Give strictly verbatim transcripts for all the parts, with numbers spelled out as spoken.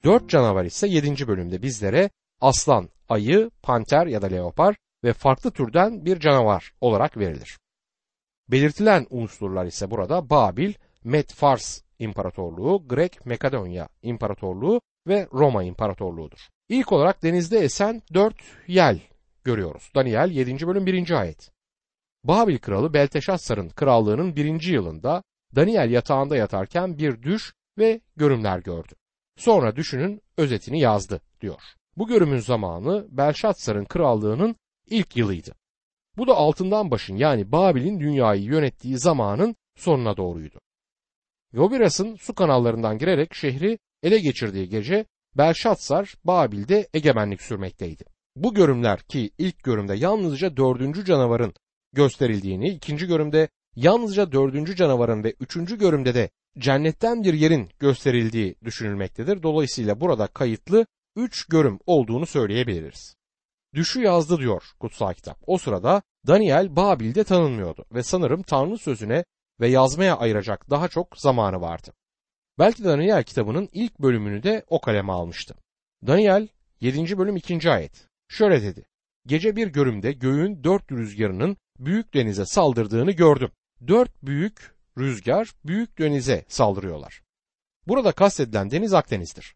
Dört canavar ise yedinci bölümde bizlere aslan, ayı, panter ya da leopar ve farklı türden bir canavar olarak verilir. Belirtilen unsurlar ise burada Babil, Med-Fars İmparatorluğu, Grek-Makedonya İmparatorluğu ve Roma İmparatorluğu'dur. İlk olarak denizde esen dört yel görüyoruz. Daniel yedinci bölüm birinci ayet. Babil kralı Belteşassar'ın krallığının birinci yılında Daniel yatağında yatarken bir düş ve görümler gördü. Sonra düşünün özetini yazdı diyor. Bu görümün zamanı Belşatsar'ın krallığının ilk yılıydı. Bu da altından başın yani Babil'in dünyayı yönettiği zamanın sonuna doğruydu. Yobiras'ın su kanallarından girerek şehri ele geçirdiği gece Belşatsar Babil'de egemenlik sürmekteydi. Bu görümler ki ilk görümde yalnızca dördüncü canavarın gösterildiğini, ikinci görümde yalnızca dördüncü canavarın ve üçüncü görümde de cennetten bir yerin gösterildiği düşünülmektedir. Dolayısıyla burada kayıtlı üç görüm olduğunu söyleyebiliriz. Düşü yazdı diyor kutsal kitap. O sırada Daniel Babil'de tanınmıyordu ve sanırım Tanrı sözüne ve yazmaya ayıracak daha çok zamanı vardı. Belki Daniel kitabının ilk bölümünü de o kaleme almıştı. Daniel yedinci bölüm ikinci ayet. Şöyle dedi. Gece bir görümde göğün dört rüzgarının büyük denize saldırdığını gördüm. Dört büyük rüzgar büyük denize saldırıyorlar. Burada kastedilen deniz Akdeniz'dir.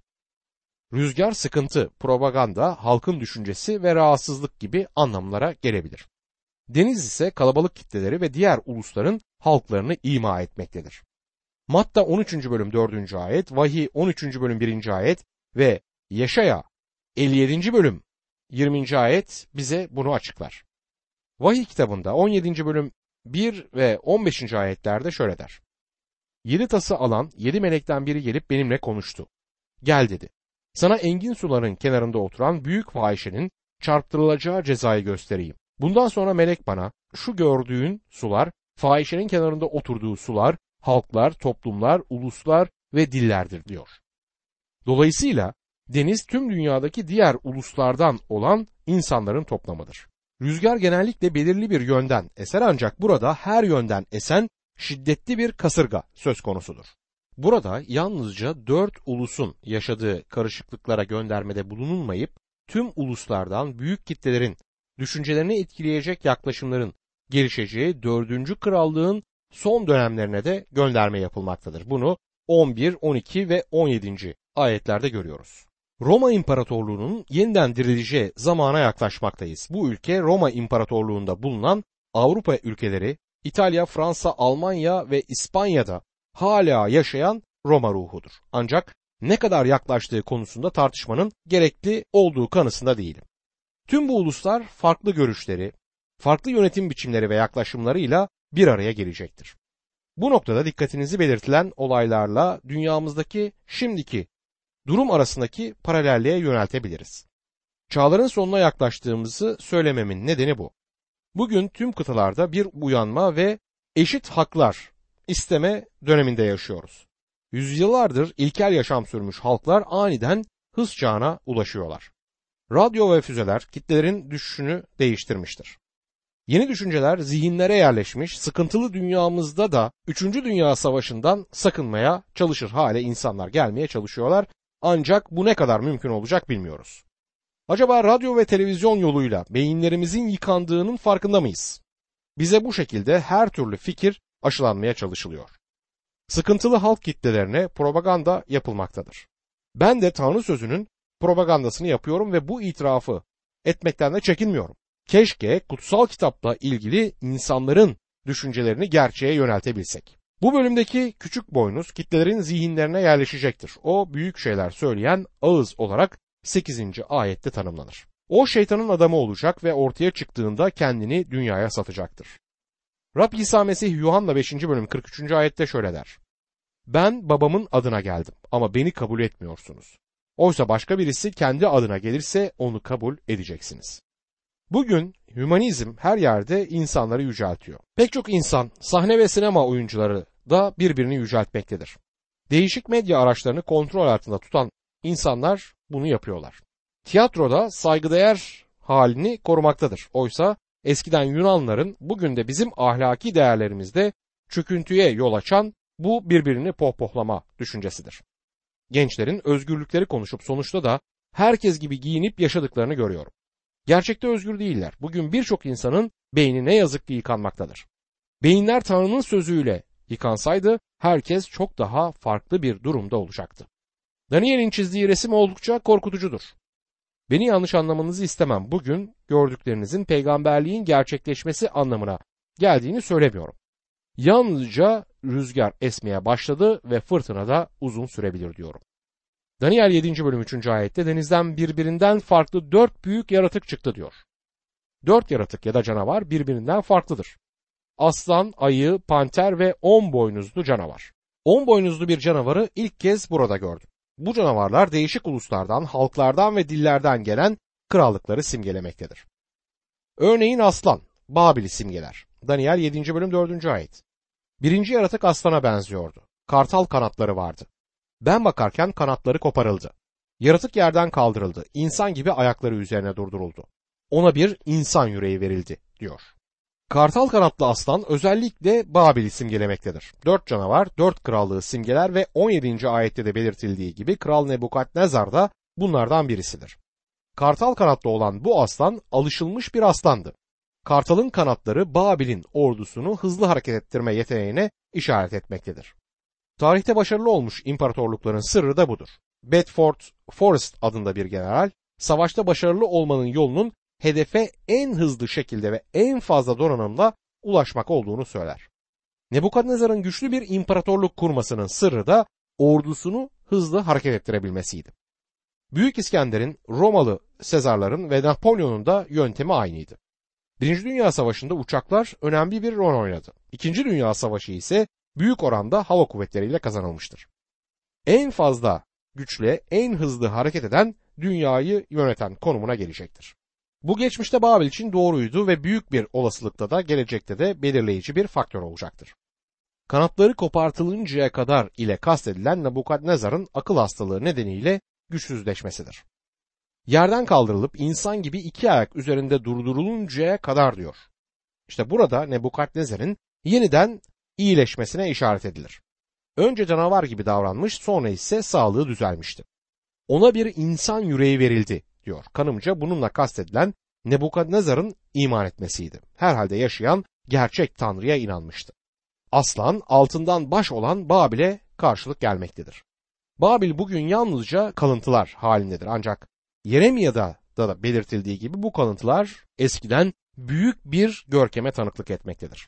Rüzgar sıkıntı, propaganda, halkın düşüncesi ve rahatsızlık gibi anlamlara gelebilir. Deniz ise kalabalık kitleleri ve diğer ulusların halklarını ima etmektedir. Matta on üçüncü bölüm dördüncü ayet, Vahiy on üçüncü bölüm birinci ayet ve Yeşaya elli yedinci bölüm yirminci ayet bize bunu açıklar. Vahiy kitabında on yedinci bölüm bir ve on beşinci ayetlerde şöyle der. Yedi tası alan yedi melekten biri gelip benimle konuştu. Gel dedi. Sana engin suların kenarında oturan büyük fahişenin çarptırılacağı cezayı göstereyim. Bundan sonra melek bana şu gördüğün sular, fahişenin kenarında oturduğu sular, halklar, toplumlar, uluslar ve dillerdir diyor. Dolayısıyla deniz tüm dünyadaki diğer uluslardan olan insanların toplamıdır. Rüzgar genellikle belirli bir yönden eser ancak burada her yönden esen şiddetli bir kasırga söz konusudur. Burada yalnızca dört ulusun yaşadığı karışıklıklara göndermede bulunulmayıp tüm uluslardan büyük kitlelerin düşüncelerini etkileyecek yaklaşımların gelişeceği dördüncü krallığın son dönemlerine de gönderme yapılmaktadır. Bunu on bir, on iki ve on yedinci ayetlerde görüyoruz. Roma İmparatorluğu'nun yeniden dirileceği zamana yaklaşmaktayız. Bu ülke Roma İmparatorluğu'nda bulunan Avrupa ülkeleri, İtalya, Fransa, Almanya ve İspanya'da hala yaşayan Roma ruhudur. Ancak ne kadar yaklaştığı konusunda tartışmanın gerekli olduğu kanısında değilim. Tüm bu uluslar farklı görüşleri, farklı yönetim biçimleri ve yaklaşımlarıyla bir araya gelecektir. Bu noktada dikkatinizi belirtilen olaylarla dünyamızdaki şimdiki durum arasındaki paralelliğe yöneltebiliriz. Çağların sonuna yaklaştığımızı söylememin nedeni bu. Bugün tüm kıtalarda bir uyanma ve eşit haklar isteme döneminde yaşıyoruz. Yüzyıllardır ilkel yaşam sürmüş halklar aniden hız çağına ulaşıyorlar. Radyo ve füzeler kitlelerin düşüşünü değiştirmiştir. Yeni düşünceler zihinlere yerleşmiş, sıkıntılı dünyamızda da üçüncü Dünya Savaşı'ndan sakınmaya çalışır hale insanlar gelmeye çalışıyorlar. Ancak bu ne kadar mümkün olacak bilmiyoruz. Acaba radyo ve televizyon yoluyla beyinlerimizin yıkandığının farkında mıyız? Bize bu şekilde her türlü fikir aşılanmaya çalışılıyor. Sıkıntılı halk kitlelerine propaganda yapılmaktadır. Ben de Tanrı sözünün propagandasını yapıyorum ve bu itirafı etmekten de çekinmiyorum. Keşke kutsal kitapla ilgili insanların düşüncelerini gerçeğe yöneltebilsek. Bu bölümdeki küçük boynuz kitlelerin zihinlerine yerleşecektir. O büyük şeyler söyleyen ağız olarak sekizinci ayette tanımlanır. O şeytanın adamı olacak ve ortaya çıktığında kendini dünyaya satacaktır. Rab İsa Mesih Yuhanna beşinci bölüm kırk üçüncü ayette şöyle der. Ben babamın adına geldim ama beni kabul etmiyorsunuz. Oysa başka birisi kendi adına gelirse onu kabul edeceksiniz. Bugün hümanizm her yerde insanları yüceltiyor. Pek çok insan, sahne ve sinema oyuncuları da birbirini yüceltmektedir. Değişik medya araçlarını kontrol altında tutan insanlar bunu yapıyorlar. Tiyatroda saygıdeğer halini korumaktadır. Oysa eskiden Yunanların bugün de bizim ahlaki değerlerimizde çöküntüye yol açan bu birbirini pohpohlama düşüncesidir. gençlerin özgürlükleri konuşup sonuçta da herkes gibi giyinip yaşadıklarını görüyorum. Gerçekte özgür değiller. Bugün birçok insanın beyni ne yazık ki yıkanmaktadır. Beyinler Tanrı'nın sözüyle yıkansaydı herkes çok daha farklı bir durumda olacaktı. Daniel'in çizdiği resim oldukça korkutucudur. Beni yanlış anlamanızı istemem. Bugün gördüklerinizin peygamberliğin gerçekleşmesi anlamına geldiğini söylemiyorum. Yalnızca rüzgar esmeye başladı ve fırtına da uzun sürebilir diyorum. Daniel yedinci bölüm üçüncü ayette denizden birbirinden farklı dört büyük yaratık çıktı diyor. Dört yaratık ya da canavar birbirinden farklıdır. Aslan, ayı, panter ve on boynuzlu canavar. On boynuzlu bir canavarı ilk kez burada gördüm. Bu canavarlar değişik uluslardan, halklardan ve dillerden gelen krallıkları simgelemektedir. Örneğin aslan, Babil'i simgeler. Daniel yedinci bölüm dördüncü ayet. Birinci yaratık aslana benziyordu. Kartal kanatları vardı. Ben bakarken kanatları koparıldı. Yaratık yerden kaldırıldı. İnsan gibi ayakları üzerine durduruldu. Ona bir insan yüreği verildi diyor. Kartal kanatlı aslan özellikle Babil'i simgelemektedir. Dört canavar, dört krallığı simgeler ve on yedinci ayette de belirtildiği gibi Kral Nebukadnezar da bunlardan birisidir. Kartal kanatlı olan bu aslan alışılmış bir aslandı. Kartalın kanatları Babil'in ordusunu hızlı hareket ettirme yeteneğine işaret etmektedir. Tarihte başarılı olmuş imparatorlukların sırrı da budur. Bedford Forrest adında bir general, savaşta başarılı olmanın yolunun hedefe en hızlı şekilde ve en fazla donanımla ulaşmak olduğunu söyler. Nebukadnezar'ın güçlü bir imparatorluk kurmasının sırrı da ordusunu hızlı hareket ettirebilmesiydi. Büyük İskender'in, Romalı Sezarların ve Napolyon'un da yöntemi aynıydı. Birinci Dünya Savaşı'nda uçaklar önemli bir rol oynadı. İkinci Dünya Savaşı ise büyük oranda hava kuvvetleriyle kazanılmıştır. En fazla güçle, en hızlı hareket eden dünyayı yöneten konumuna gelecektir. Bu geçmişte Babil için doğruydu ve büyük bir olasılıkla da gelecekte de belirleyici bir faktör olacaktır. Kanatları kopartılıncaya kadar ile kastedilen Nebukadnezar'ın akıl hastalığı nedeniyle güçsüzleşmesidir. Yerden kaldırılıp insan gibi iki ayak üzerinde durduruluncaya kadar diyor. İşte burada Nebukadnezar'ın yeniden iyileşmesine işaret edilir. Önce canavar gibi davranmış, sonra ise sağlığı düzelmişti. Ona bir insan yüreği verildi diyor. Kanımca bununla kastedilen Nebukadnezar'ın iman etmesiydi. Herhalde yaşayan gerçek Tanrı'ya inanmıştı. Aslan altından baş olan Babil'e karşılık gelmektedir. Babil bugün yalnızca kalıntılar halindedir. Ancak Yeremya'da da belirtildiği gibi bu kalıntılar eskiden büyük bir görkeme tanıklık etmektedir.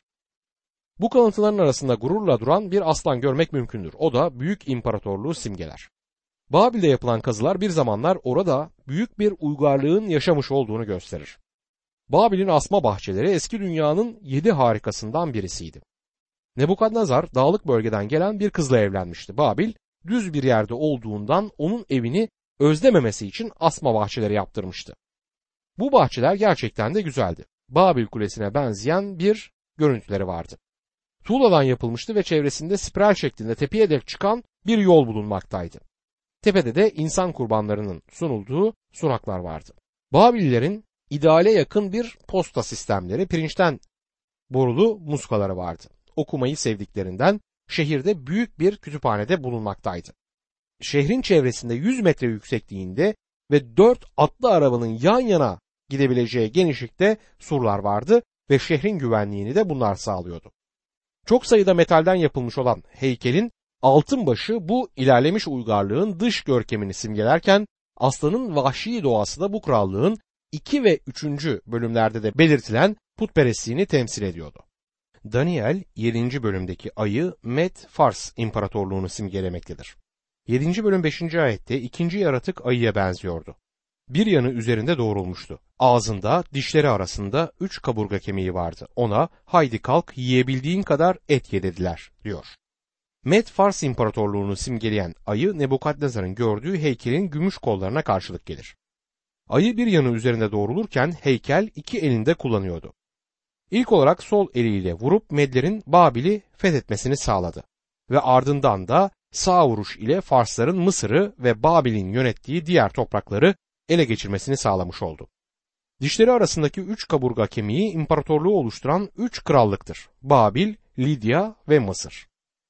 Bu kalıntıların arasında gururla duran bir aslan görmek mümkündür. O da büyük imparatorluğu simgeler. Babil'de yapılan kazılar bir zamanlar orada büyük bir uygarlığın yaşamış olduğunu gösterir. Babil'in asma bahçeleri eski dünyanın yedi harikasından birisiydi. Nebukadnezar dağlık bölgeden gelen bir kızla evlenmişti. Babil düz bir yerde olduğundan onun evini özlememesi için asma bahçeleri yaptırmıştı. Bu bahçeler gerçekten de güzeldi. Babil Kulesi'ne benzeyen bir görüntüleri vardı. Tuğladan yapılmıştı ve çevresinde spiral şeklinde tepeye dek çıkan bir yol bulunmaktaydı. Tepede de insan kurbanlarının sunulduğu sunaklar vardı. Babililerin ideale yakın bir posta sistemleri, pirinçten borulu muskaları vardı. Okumayı sevdiklerinden şehirde büyük bir kütüphanede bulunmaktaydı. Şehrin çevresinde yüz metre yüksekliğinde ve dört atlı arabanın yan yana gidebileceği genişlikte surlar vardı ve şehrin güvenliğini de bunlar sağlıyordu. Çok sayıda metalden yapılmış olan heykelin altın başı bu ilerlemiş uygarlığın dış görkemini simgelerken aslanın vahşi doğası da bu krallığın iki ve üçüncü bölümlerde de belirtilen putperestliğini temsil ediyordu. Daniel yedinci bölümdeki ayı Med-Fars imparatorluğunu simgelemektedir. yedinci bölüm beşinci ayette ikinci yaratık ayıya benziyordu. Bir yanı üzerinde doğrulmuştu. Ağzında dişleri arasında üç kaburga kemiği vardı. Ona haydi kalk yiyebildiğin kadar et ye dediler diyor. Med-Fars imparatorluğunu simgeleyen ayı Nebukadnezar'ın gördüğü heykelin gümüş kollarına karşılık gelir. Ayı bir yanı üzerinde doğrulurken heykel iki elinde kullanıyordu. İlk olarak sol eliyle vurup Medlerin Babil'i fethetmesini sağladı ve ardından da sağ vuruş ile Farsların Mısır'ı ve Babil'in yönettiği diğer toprakları ele geçirmesini sağlamış oldu. Dişleri arasındaki üç kaburga kemiği imparatorluğu oluşturan üç krallıktır. Babil, Lidya ve Mısır.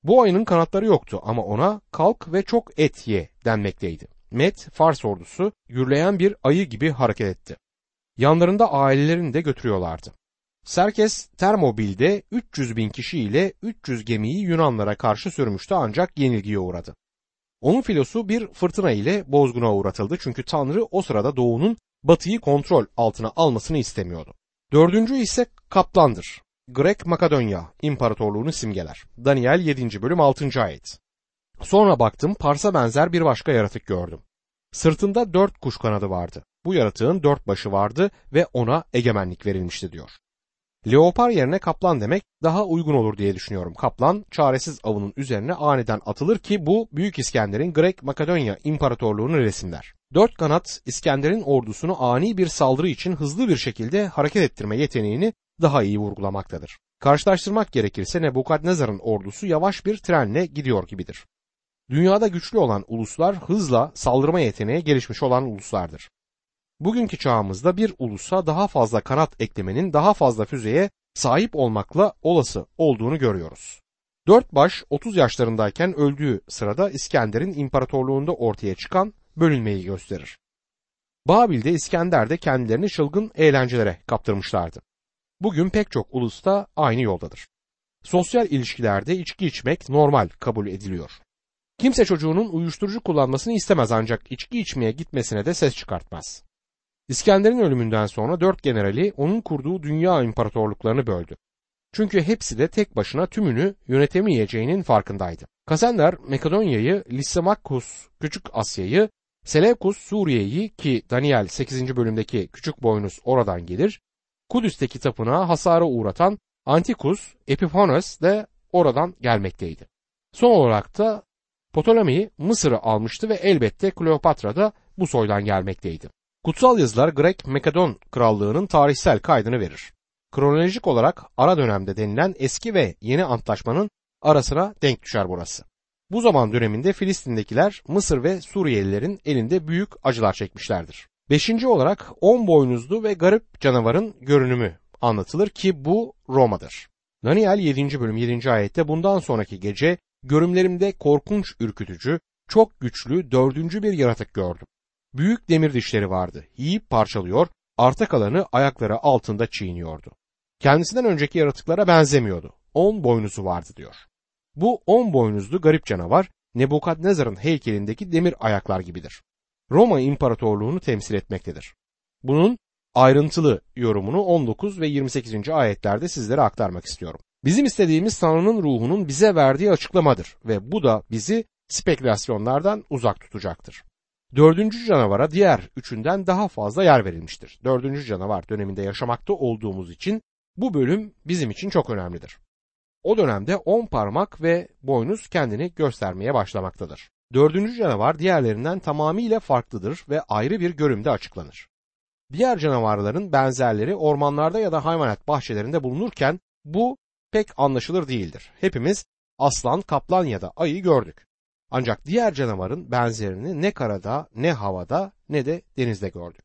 Bu ayının kanatları yoktu ama ona kalk ve çok et ye denmekteydi. Met, Fars ordusu gürleyen bir ayı gibi hareket etti. Yanlarında ailelerini de götürüyorlardı. Serkes Termobil'de üç yüz bin kişiyle üç yüz gemiyi Yunanlara karşı sürmüştü ancak yenilgiye uğradı. Onun filosu bir fırtına ile bozguna uğratıldı çünkü Tanrı o sırada doğunun batıyı kontrol altına almasını istemiyordu. Dördüncü ise kaplandır. Grek Makedonya İmparatorluğunu simgeler. Daniel yedinci bölüm altıncı ayet. Sonra baktım Pars'a benzer bir başka yaratık gördüm. Sırtında dört kuş kanadı vardı. Bu yaratığın dört başı vardı ve ona egemenlik verilmişti diyor. Leopar yerine kaplan demek daha uygun olur diye düşünüyorum. Kaplan çaresiz avının üzerine aniden atılır ki bu Büyük İskender'in Grek Makedonya İmparatorluğunu resimler. Dört kanat İskender'in ordusunu ani bir saldırı için hızlı bir şekilde hareket ettirme yeteneğini daha iyi vurgulamaktadır. Karşılaştırmak gerekirse Nebukadnezar'ın ordusu yavaş bir trenle gidiyor gibidir. Dünyada güçlü olan uluslar hızla saldırma yeteneği gelişmiş olan uluslardır. Bugünkü çağımızda bir ulusa daha fazla kanat eklemenin daha fazla füzeye sahip olmakla olası olduğunu görüyoruz. Dört baş otuz yaşlarındayken öldüğü sırada İskender'in imparatorluğunda ortaya çıkan bölünmeyi gösterir. Babil'de İskender de kendilerini çılgın eğlencelere kaptırmışlardı. Bugün pek çok ulus da aynı yoldadır. Sosyal ilişkilerde içki içmek normal kabul ediliyor. Kimse çocuğunun uyuşturucu kullanmasını istemez ancak içki içmeye gitmesine de ses çıkartmaz. İskender'in ölümünden sonra dört generali onun kurduğu dünya imparatorluklarını böldü. Çünkü hepsi de tek başına tümünü yönetemeyeceğinin farkındaydı. Kasender Makedonya'yı, Lysimakus Küçük Asya'yı, Seleukus Suriye'yi ki Daniel sekizinci bölümdeki küçük boynuz oradan gelir, Kudüs'teki tapınağı hasara uğratan Antikus Epiphanes de oradan gelmekteydi. Son olarak da Ptolemy Mısır'ı almıştı ve elbette Kleopatra da bu soydan gelmekteydi. Kutsal yazılar Grek Makedon krallığının tarihsel kaydını verir. Kronolojik olarak ara dönemde denilen eski ve yeni antlaşmanın arasına denk düşer burası. Bu zaman döneminde Filistin'dekiler Mısır ve Suriyelilerin elinde büyük acılar çekmişlerdir. Beşinci olarak on boynuzlu ve garip canavarın görünümü anlatılır ki bu Roma'dır. Daniel yedinci bölüm yedinci ayette bundan sonraki gece görümlerimde korkunç ürkütücü, çok güçlü dördüncü bir yaratık gördüm. Büyük demir dişleri vardı. Yiyip parçalıyor, arta kalanı ayakları altında çiğniyordu. Kendisinden önceki yaratıklara benzemiyordu. On boynuzu vardı diyor. Bu on boynuzlu garip canavar Nebukadnezar'ın heykelindeki demir ayaklar gibidir. Roma İmparatorluğunu temsil etmektedir. Bunun ayrıntılı yorumunu on dokuz ve yirmi sekizinci ayetlerde sizlere aktarmak istiyorum. Bizim istediğimiz Tanrı'nın ruhunun bize verdiği açıklamadır ve bu da bizi spekülasyonlardan uzak tutacaktır. Dördüncü canavara diğer üçünden daha fazla yer verilmiştir. Dördüncü canavar döneminde yaşamakta olduğumuz için bu bölüm bizim için çok önemlidir. O dönemde on parmak ve boynuz kendini göstermeye başlamaktadır. Dördüncü canavar diğerlerinden tamamıyla farklıdır ve ayrı bir görümde açıklanır. Diğer canavarların benzerleri ormanlarda ya da hayvanat bahçelerinde bulunurken bu pek anlaşılır değildir. Hepimiz aslan, kaplan ya da ayı gördük. Ancak diğer canavarın benzerini ne karada, ne havada, ne de denizde gördük.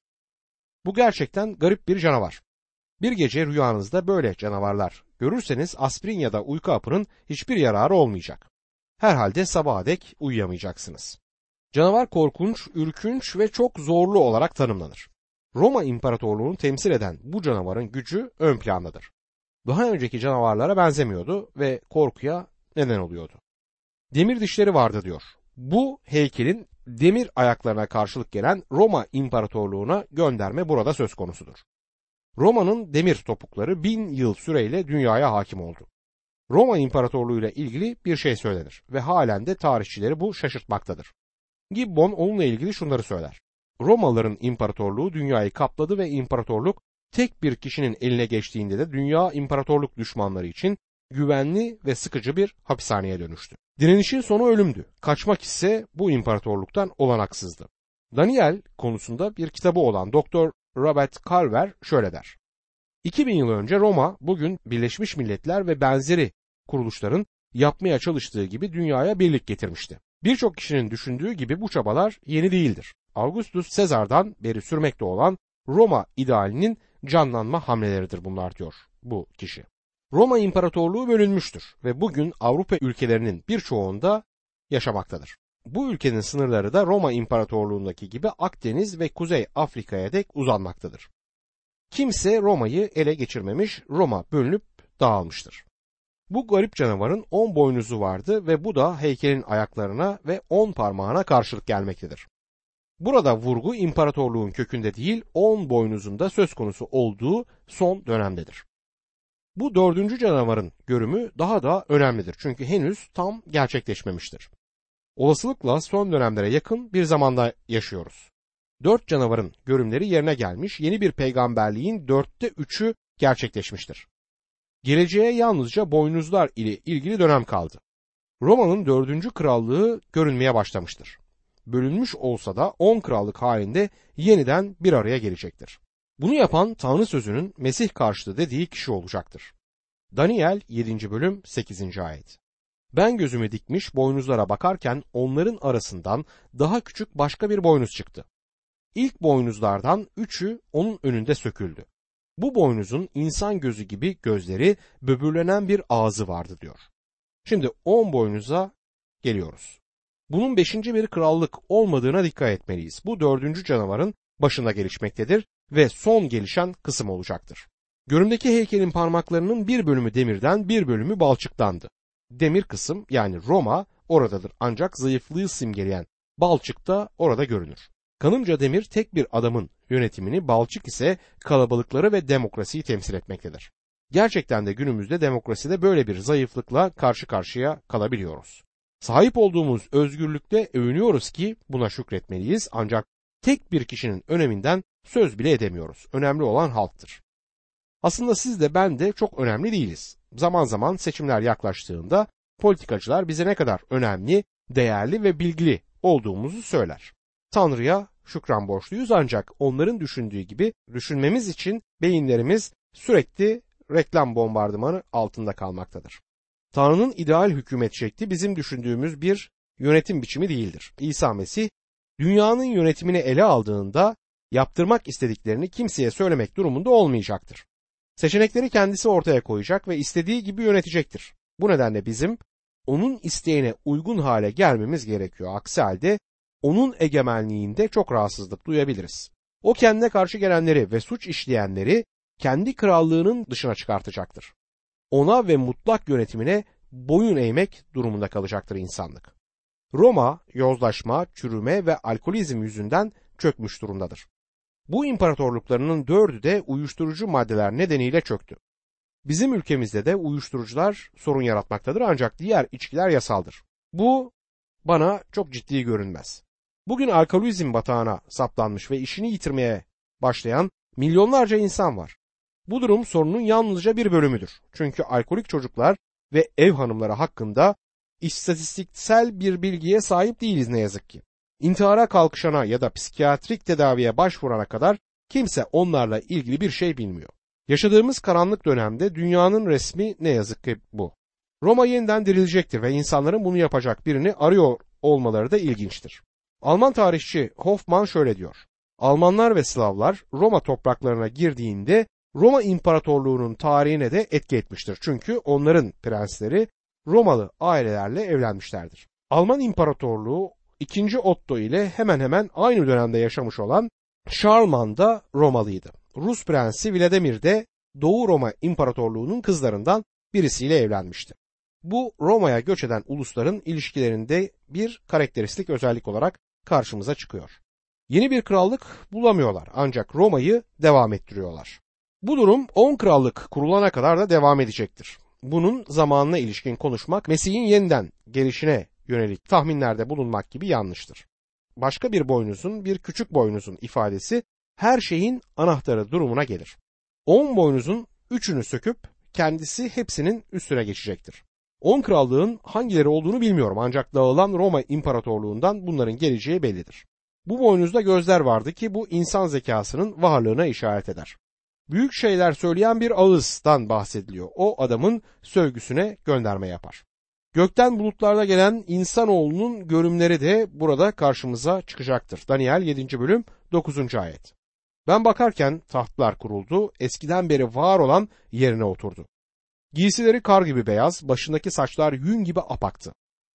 Bu gerçekten garip bir canavar. Bir gece rüyanızda böyle canavarlar görürseniz aspirin ya da uyku hapının hiçbir yararı olmayacak. Herhalde sabaha dek uyuyamayacaksınız. Canavar korkunç, ürkünç ve çok zorlu olarak tanımlanır. Roma İmparatorluğu'nu temsil eden bu canavarın gücü ön plandadır. Daha önceki canavarlara benzemiyordu ve korkuya neden oluyordu. Demir dişleri vardı diyor. Bu heykelin demir ayaklarına karşılık gelen Roma İmparatorluğu'na gönderme burada söz konusudur. Roma'nın demir topukları bin yıl süreyle dünyaya hakim oldu. Roma İmparatorluğu ile ilgili bir şey söylenir ve halen de tarihçileri bu şaşırtmaktadır. Gibbon onunla ilgili şunları söyler. Romalıların imparatorluğu dünyayı kapladı ve imparatorluk tek bir kişinin eline geçtiğinde de dünya imparatorluk düşmanları için güvenli ve sıkıcı bir hapishaneye dönüştü. Direnişin sonu ölümdü. Kaçmak ise bu imparatorluktan olanaksızdı. Daniel konusunda bir kitabı olan Doktor Robert Carver şöyle der. iki bin yıl önce Roma bugün Birleşmiş Milletler ve benzeri kuruluşların yapmaya çalıştığı gibi dünyaya birlik getirmişti. Birçok kişinin düşündüğü gibi bu çabalar yeni değildir. Augustus Sezar'dan beri sürmekte olan Roma idealinin canlanma hamleleridir bunlar diyor bu kişi. Roma İmparatorluğu bölünmüştür ve bugün Avrupa ülkelerinin birçoğunda yaşamaktadır. Bu ülkenin sınırları da Roma İmparatorluğundaki gibi Akdeniz ve Kuzey Afrika'ya dek uzanmaktadır. Kimse Roma'yı ele geçirmemiş, Roma bölünüp dağılmıştır. Bu garip canavarın on boynuzu vardı ve bu da heykelin ayaklarına ve on parmağına karşılık gelmektedir. Burada vurgu imparatorluğun kökünde değil, on boynuzunda söz konusu olduğu son dönemdedir. Bu dördüncü canavarın görümü daha da önemlidir çünkü henüz tam gerçekleşmemiştir. Olasılıkla son dönemlere yakın bir zamanda yaşıyoruz. Dört canavarın görümleri yerine gelmiş, yeni bir peygamberliğin dörtte üçü gerçekleşmiştir. Geleceğe yalnızca boynuzlar ile ilgili dönem kaldı. Roma'nın dördüncü krallığı görünmeye başlamıştır. Bölünmüş olsa da on krallık halinde yeniden bir araya gelecektir. Bunu yapan Tanrı sözünün Mesih karşıtı dediği kişi olacaktır. Daniel yedinci bölüm sekizinci ayet. Ben gözümü dikmiş boynuzlara bakarken onların arasından daha küçük başka bir boynuz çıktı. İlk boynuzlardan üçü onun önünde söküldü. Bu boynuzun insan gözü gibi gözleri, böbürlenen bir ağzı vardı diyor. Şimdi on boynuza geliyoruz. Bunun beşinci bir krallık olmadığına dikkat etmeliyiz. Bu dördüncü canavarın başında gelişmektedir ve son gelişen kısım olacaktır. Görümdeki heykelin parmaklarının bir bölümü demirden, bir bölümü balçıktandı. Demir kısım yani Roma oradadır ancak zayıflığı simgeleyen balçık da orada görünür. Kanımca demir tek bir adamın yönetimini, balçık ise kalabalıkları ve demokrasiyi temsil etmektedir. Gerçekten de günümüzde demokraside böyle bir zayıflıkla karşı karşıya kalabiliyoruz. Sahip olduğumuz özgürlükte övünüyoruz ki buna şükretmeliyiz ancak tek bir kişinin öneminden söz bile edemiyoruz. Önemli olan halktır. Aslında siz de ben de çok önemli değiliz. Zaman zaman seçimler yaklaştığında politikacılar bize ne kadar önemli, değerli ve bilgili olduğumuzu söyler. Tanrı'ya şükran borçluyuz ancak onların düşündüğü gibi düşünmemiz için beyinlerimiz sürekli reklam bombardımanı altında kalmaktadır. Tanrı'nın ideal hükümet şekli bizim düşündüğümüz bir yönetim biçimi değildir. İsa Mesih dünyanın yönetimini ele aldığında yaptırmak istediklerini kimseye söylemek durumunda olmayacaktır. Seçenekleri kendisi ortaya koyacak ve istediği gibi yönetecektir. Bu nedenle bizim onun isteğine uygun hale gelmemiz gerekiyor. Aksi halde onun egemenliğinde çok rahatsızlık duyabiliriz. O kendine karşı gelenleri ve suç işleyenleri kendi krallığının dışına çıkartacaktır. Ona ve mutlak yönetimine boyun eğmek durumunda kalacaktır insanlık. Roma, yozlaşma, çürüme ve alkolizm yüzünden çökmüş durumdadır. Bu imparatorluklarının dördü de uyuşturucu maddeler nedeniyle çöktü. Bizim ülkemizde de uyuşturucular sorun yaratmaktadır ancak diğer içkiler yasaldır. Bu bana çok ciddi görünmez. Bugün alkolizm batağına saplanmış ve işini yitirmeye başlayan milyonlarca insan var. Bu durum sorunun yalnızca bir bölümüdür. Çünkü alkolik çocuklar ve ev hanımları hakkında istatistiksel bir bilgiye sahip değiliz ne yazık ki. İntihara kalkışana ya da psikiyatrik tedaviye başvurana kadar kimse onlarla ilgili bir şey bilmiyor. Yaşadığımız karanlık dönemde dünyanın resmi ne yazık ki bu. Roma yeniden dirilecektir ve insanların bunu yapacak birini arıyor olmaları da ilginçtir. Alman tarihçi Hoffman şöyle diyor. Almanlar ve Slavlar Roma topraklarına girdiğinde Roma İmparatorluğu'nun tarihine de etki etmiştir. Çünkü onların prensleri Romalı ailelerle evlenmişlerdir. Alman İmparatorluğu ikinci. Otto ile hemen hemen aynı dönemde yaşamış olan Şarlman da Romalıydı. Rus prensi Vladimir de Doğu Roma İmparatorluğu'nun kızlarından birisiyle evlenmişti. Bu Roma'ya göç eden ulusların ilişkilerinde bir karakteristik özellik olarak karşımıza çıkıyor. Yeni bir krallık bulamıyorlar ancak Roma'yı devam ettiriyorlar. Bu durum on krallık kurulana kadar da devam edecektir. Bunun zamanına ilişkin konuşmak Mesih'in yeniden gelişine yönelik tahminlerde bulunmak gibi yanlıştır. Başka bir boynuzun, bir küçük boynuzun ifadesi her şeyin anahtarı durumuna gelir. On boynuzun üçünü söküp kendisi hepsinin üstüne geçecektir. On krallığın hangileri olduğunu bilmiyorum ancak dağılan Roma İmparatorluğundan bunların geleceği bellidir. Bu boynuzda gözler vardı ki bu insan zekasının varlığına işaret eder. Büyük şeyler söyleyen bir ağızdan bahsediliyor. O adamın sövgüsüne gönderme yapar. Gökten bulutlarda gelen insanoğlunun görümleri de burada karşımıza çıkacaktır. Daniel yedinci. bölüm dokuzuncu. ayet. Ben bakarken tahtlar kuruldu, eskiden beri var olan yerine oturdu. Giysileri kar gibi beyaz, başındaki saçlar yün gibi apaktı.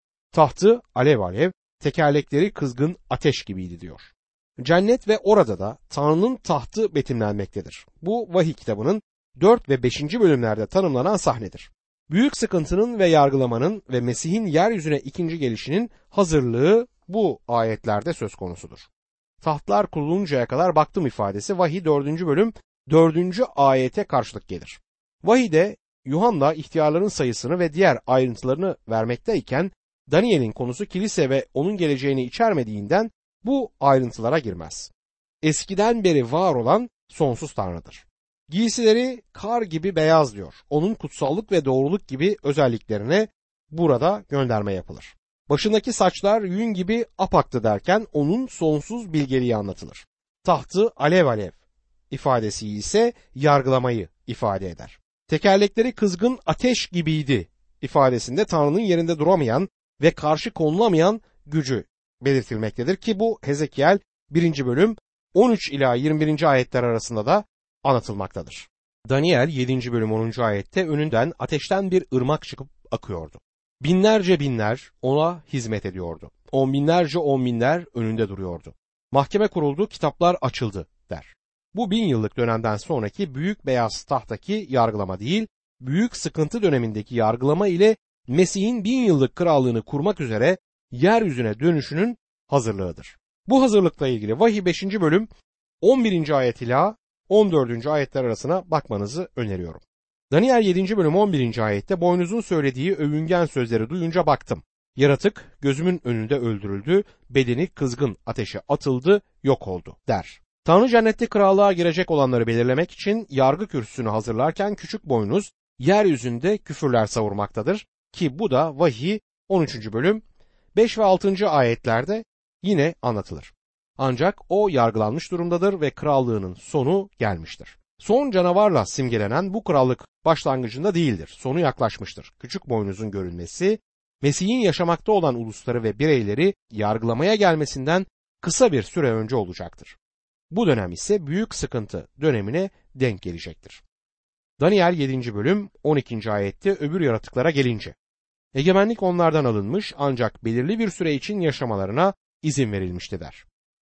Tahtı alev alev, tekerlekleri kızgın ateş gibiydi diyor. Cennet ve orada da Tanrı'nın tahtı betimlenmektedir. Bu vahiy kitabının dört ve beşinci bölümlerde tanımlanan sahnedir. Büyük sıkıntının ve yargılamanın ve Mesih'in yeryüzüne ikinci gelişinin hazırlığı bu ayetlerde söz konusudur. Tahtlar kuruluncaya kadar baktım ifadesi vahiy dördüncü bölüm dördüncü ayete karşılık gelir. Vahiyde Yuhanna ihtiyarların sayısını ve diğer ayrıntılarını vermekteyken Daniel'in konusu kilise ve onun geleceğini içermediğinden bu ayrıntılara girmez. Eskiden beri var olan sonsuz Tanrı'dır. Giysileri kar gibi beyaz diyor. Onun kutsallık ve doğruluk gibi özelliklerine burada gönderme yapılır. Başındaki saçlar yün gibi apaktı derken onun sonsuz bilgeliği anlatılır. Tahtı alev alev ifadesi ise yargılamayı ifade eder. Tekerlekleri kızgın ateş gibiydi ifadesinde Tanrı'nın yerinde duramayan ve karşı konulamayan gücü belirtilmektedir ki bu Hezekiel birinci bölüm on üç ila yirmi birinci ayetler arasında da anlatılmaktadır. Daniel yedinci bölüm onuncu ayette önünden ateşten bir ırmak çıkıp akıyordu. Binlerce binler ona hizmet ediyordu. On binlerce on binler önünde duruyordu. Mahkeme kuruldu, kitaplar açıldı der. Bu bin yıllık dönemden sonraki büyük beyaz tahttaki yargılama değil, büyük sıkıntı dönemindeki yargılama ile Mesih'in bin yıllık krallığını kurmak üzere yeryüzüne dönüşünün hazırlığıdır. Bu hazırlıkla ilgili vahiy beşinci bölüm on birinci ayet ila on dördüncü ayetler arasına bakmanızı öneriyorum. Daniel yedinci bölüm on birinci ayette boynuzun söylediği övüngen sözleri duyunca baktım. Yaratık gözümün önünde öldürüldü, bedeni kızgın ateşe atıldı, yok oldu der. Tanrı cennette krallığa girecek olanları belirlemek için yargı kürsüsünü hazırlarken küçük boynuz yeryüzünde küfürler savurmaktadır ki bu da vahiy on üçüncü bölüm beş ve altıncı ayetlerde yine anlatılır. Ancak o yargılanmış durumdadır ve krallığının sonu gelmiştir. Son canavarla simgelenen bu krallık başlangıcında değildir, sonu yaklaşmıştır. Küçük boynuzun görünmesi, Mesih'in yaşamakta olan ulusları ve bireyleri yargılamaya gelmesinden kısa bir süre önce olacaktır. Bu dönem ise büyük sıkıntı dönemine denk gelecektir. Daniel yedinci bölüm on ikinci ayette öbür yaratıklara gelince, egemenlik onlardan alınmış ancak belirli bir süre için yaşamalarına izin verilmişti der.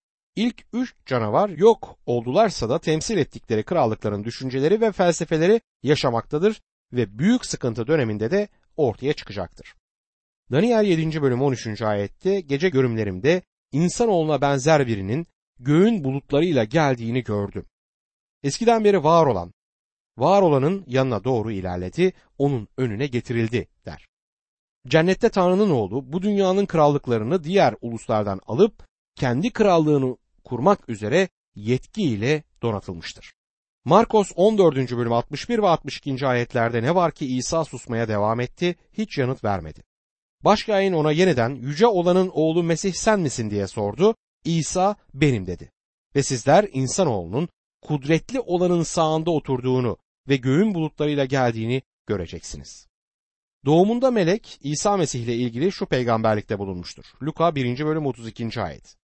İlk üç canavar yok oldularsa da temsil ettikleri krallıkların düşünceleri ve felsefeleri yaşamaktadır ve büyük sıkıntı döneminde de ortaya çıkacaktır. Daniel yedinci bölüm on üçüncü ayette gece görümlerimde insanoğluna benzer birinin göğün bulutlarıyla geldiğini gördüm. Eskiden beri var olan, var olanın yanına doğru ilerledi, onun önüne getirildi der. Cennette Tanrı'nın oğlu bu dünyanın krallıklarını diğer uluslardan alıp kendi krallığını kurmak üzere yetkiyle donatılmıştır. Markos on dördüncü bölüm altmış bir ve altmış ikinci ayetlerde ne var ki İsa susmaya devam etti, hiç yanıt vermedi. Başkâhin ona yeniden yüce olanın oğlu Mesih sen misin diye sordu. İsa benim dedi. Ve sizler insanoğlunun kudretli olanın sağında oturduğunu ve göğün bulutlarıyla geldiğini göreceksiniz. Doğumunda melek İsa Mesih ile ilgili şu peygamberlikte bulunmuştur. Luka birinci bölüm otuz ikinci ayet.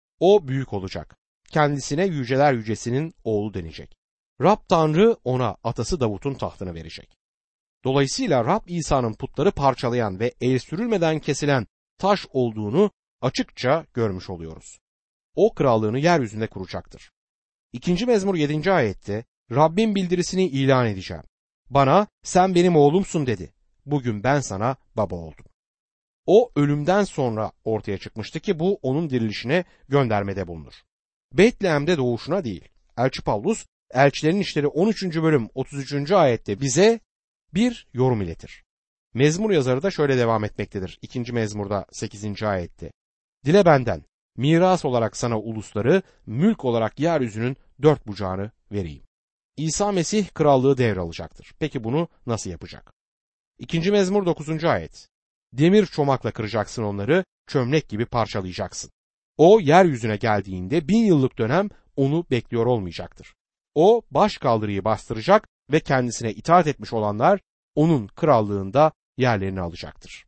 O büyük olacak. Kendisine yüceler yücesinin oğlu denecek. Rab Tanrı ona atası Davut'un tahtını verecek. Dolayısıyla Rab İsa'nın putları parçalayan ve el sürülmeden kesilen taş olduğunu açıkça görmüş oluyoruz. O krallığını yeryüzünde kuracaktır. İkinci mezmur yedinci ayette Rabbin bildirisini ilan edeceğim. Bana sen benim oğlumsun dedi. Bugün ben sana baba oldum. O ölümden sonra ortaya çıkmıştı ki bu onun dirilişine göndermede bulunur. Betlehem'de doğuşuna değil. Elçi Pavlus Elçilerin İşleri on üçüncü bölüm otuz üçüncü ayette bize bir yorum iletir. Mezmur yazarı da şöyle devam etmektedir. İkinci mezmurda sekizinci ayette. Dile benden, miras olarak sana ulusları, mülk olarak yeryüzünün dört bucağını vereyim. İsa Mesih krallığı devralacaktır. Peki bunu nasıl yapacak? İkinci mezmur dokuzuncu ayet. Demir çomakla kıracaksın onları, çömlek gibi parçalayacaksın. O yeryüzüne geldiğinde bin yıllık dönem onu bekliyor olmayacaktır. O baş kaldırıyı bastıracak ve kendisine itaat etmiş olanlar onun krallığında yerlerini alacaktır.